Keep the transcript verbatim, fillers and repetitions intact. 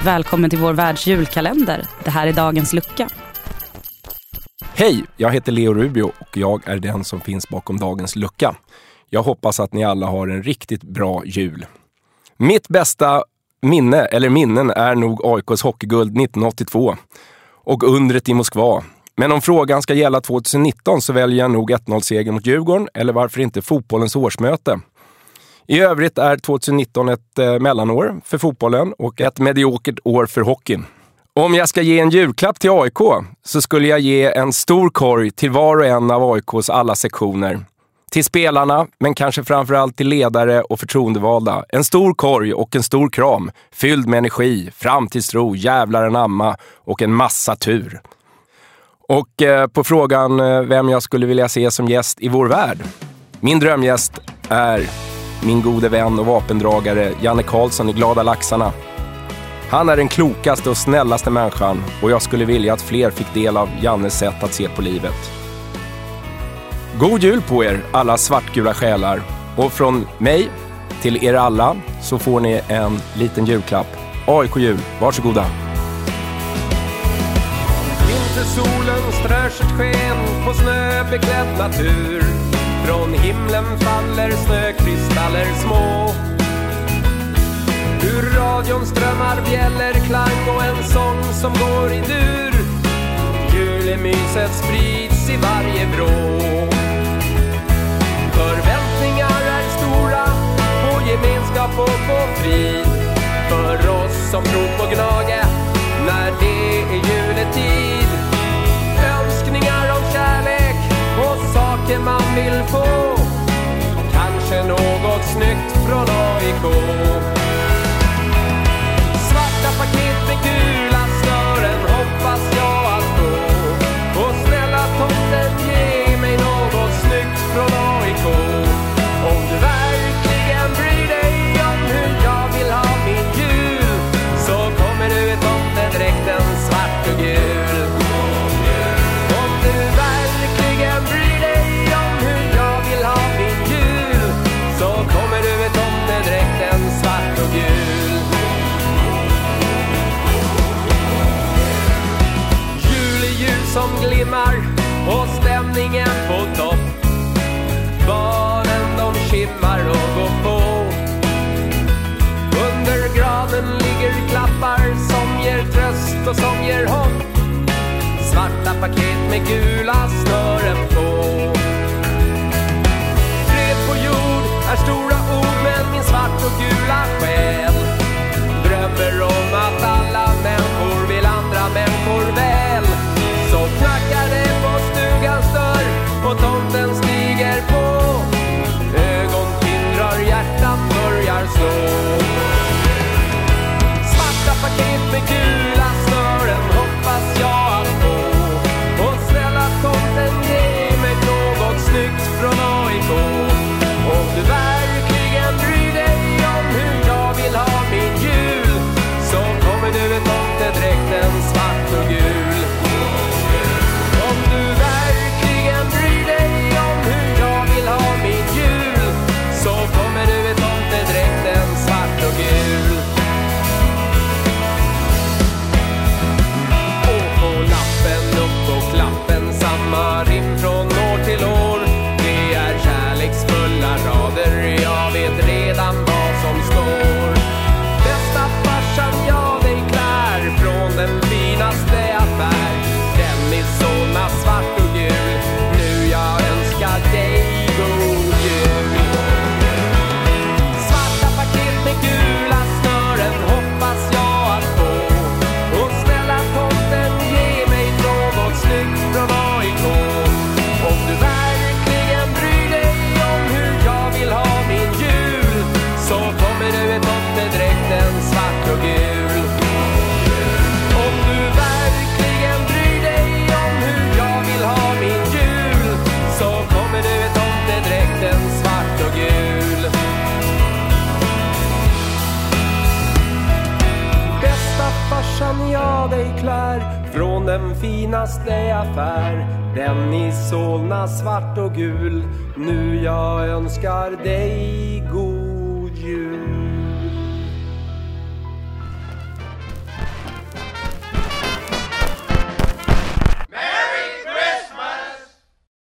Välkommen till vår världsjulkalender. Det här är dagens lucka. Hej, jag heter Leo Rubio och jag är den som finns bakom dagens lucka. Jag hoppas att ni alla har en riktigt bra jul. Mitt bästa minne, eller minnen, är nog A I K:s hockeyguld nittonhundraåttiotvå och undret i Moskva. Men om frågan ska gälla tjugonitton så väljer jag nog ett noll-seger mot Djurgården, eller varför inte fotbollens årsmöte. I övrigt är tjugonitton ett eh, mellanår för fotbollen och ett mediokert år för hockeyn. Om jag ska ge en julklapp till A I K så skulle jag ge en stor korg till var och en av A I K:s alla sektioner. Till spelarna, men kanske framförallt till ledare och förtroendevalda. En stor korg och en stor kram, fylld med energi, framtidstro, jävlar anamma och en massa tur. Och eh, på frågan eh, vem jag skulle vilja se som gäst i vår värld. Min drömgäst är min gode vän och vapendragare Janne Karlsson i Glada Laxarna. Han är den klokaste och snällaste människan och jag skulle vilja att fler fick del av Jannes sätt att se på livet. God jul på er, alla svartgula själar. Och från mig till er alla så får ni en liten julklapp. A I K-jul, varsågoda. Vintersolen strör sitt sken på snöbeklädd natur. Från himlen faller snökristaller små. Ur radion strömmar bjällerklang och en sång som går i dur. Julemyset sprids i varje vrå. Förväntningar är stora på gemenskap och på frid. För oss som tror på Gnage när det är juletid. Önskningar om kärlek och saker man vill få. Kanske något snyggt från A I K. Svarta paket med gula snören hoppas jag att få. Och snälla tomten ge mig något snyggt från A I K. Om du verkligen bryr dig om hur jag vill ha min jul så kommer du i tomtedräkten svart och gul. Om du verkligen bryr dig om hur jag vill ha min jul så kommer du i tomtedräkten svart och gul. Juleljus som glimmar och stämningen på topp. Barnen de kimmar och går på. Under granen ligger klappar som ger tröst och som ger hopp. Svarta paket med gula snören på. Fred på jord är stora ord men min svart och gula själ drömmer om att alla människor vill andra människor väl. Så knackar det på stugans dörr och tomten stiger på. Ögon tindrar, hjärtat börjar slå. Svarta paket med gula snören hoppas jag att få. Och snälla tomten ge mig något snyggt från A I K. Om du verkligen bryr dig om hur jag vill ha min jul så kommer du i tomtedräkten svart och gul. Om du verkligen bryr dig om hur jag vill ha min jul så kommer du i tomtedräkten svart och gul. Och på lappen upp och klappen samma rim från år till år. Det är kärleksfulla rader, jag vet redan vad som står. Bästa farsan, jag dig klär från den finaste affär. Den är såna svart och gul, nu jag önskar dig god jul. Svarta paket med gula snören hoppas jag att få. Och snälla tomten ge mig något snyggt från A I K. Om du verkligen bryr dig om hur jag vill ha min jul så kommer du i tomtedräkten svart och gul. Om du verkligen bryr dig om hur jag vill ha min jul så kommer du i tomtedräkten svart och gul. Bästa farsan, jag dig klär från den finaste affär. Den i Solna svart och gul, nu jag önskar dig god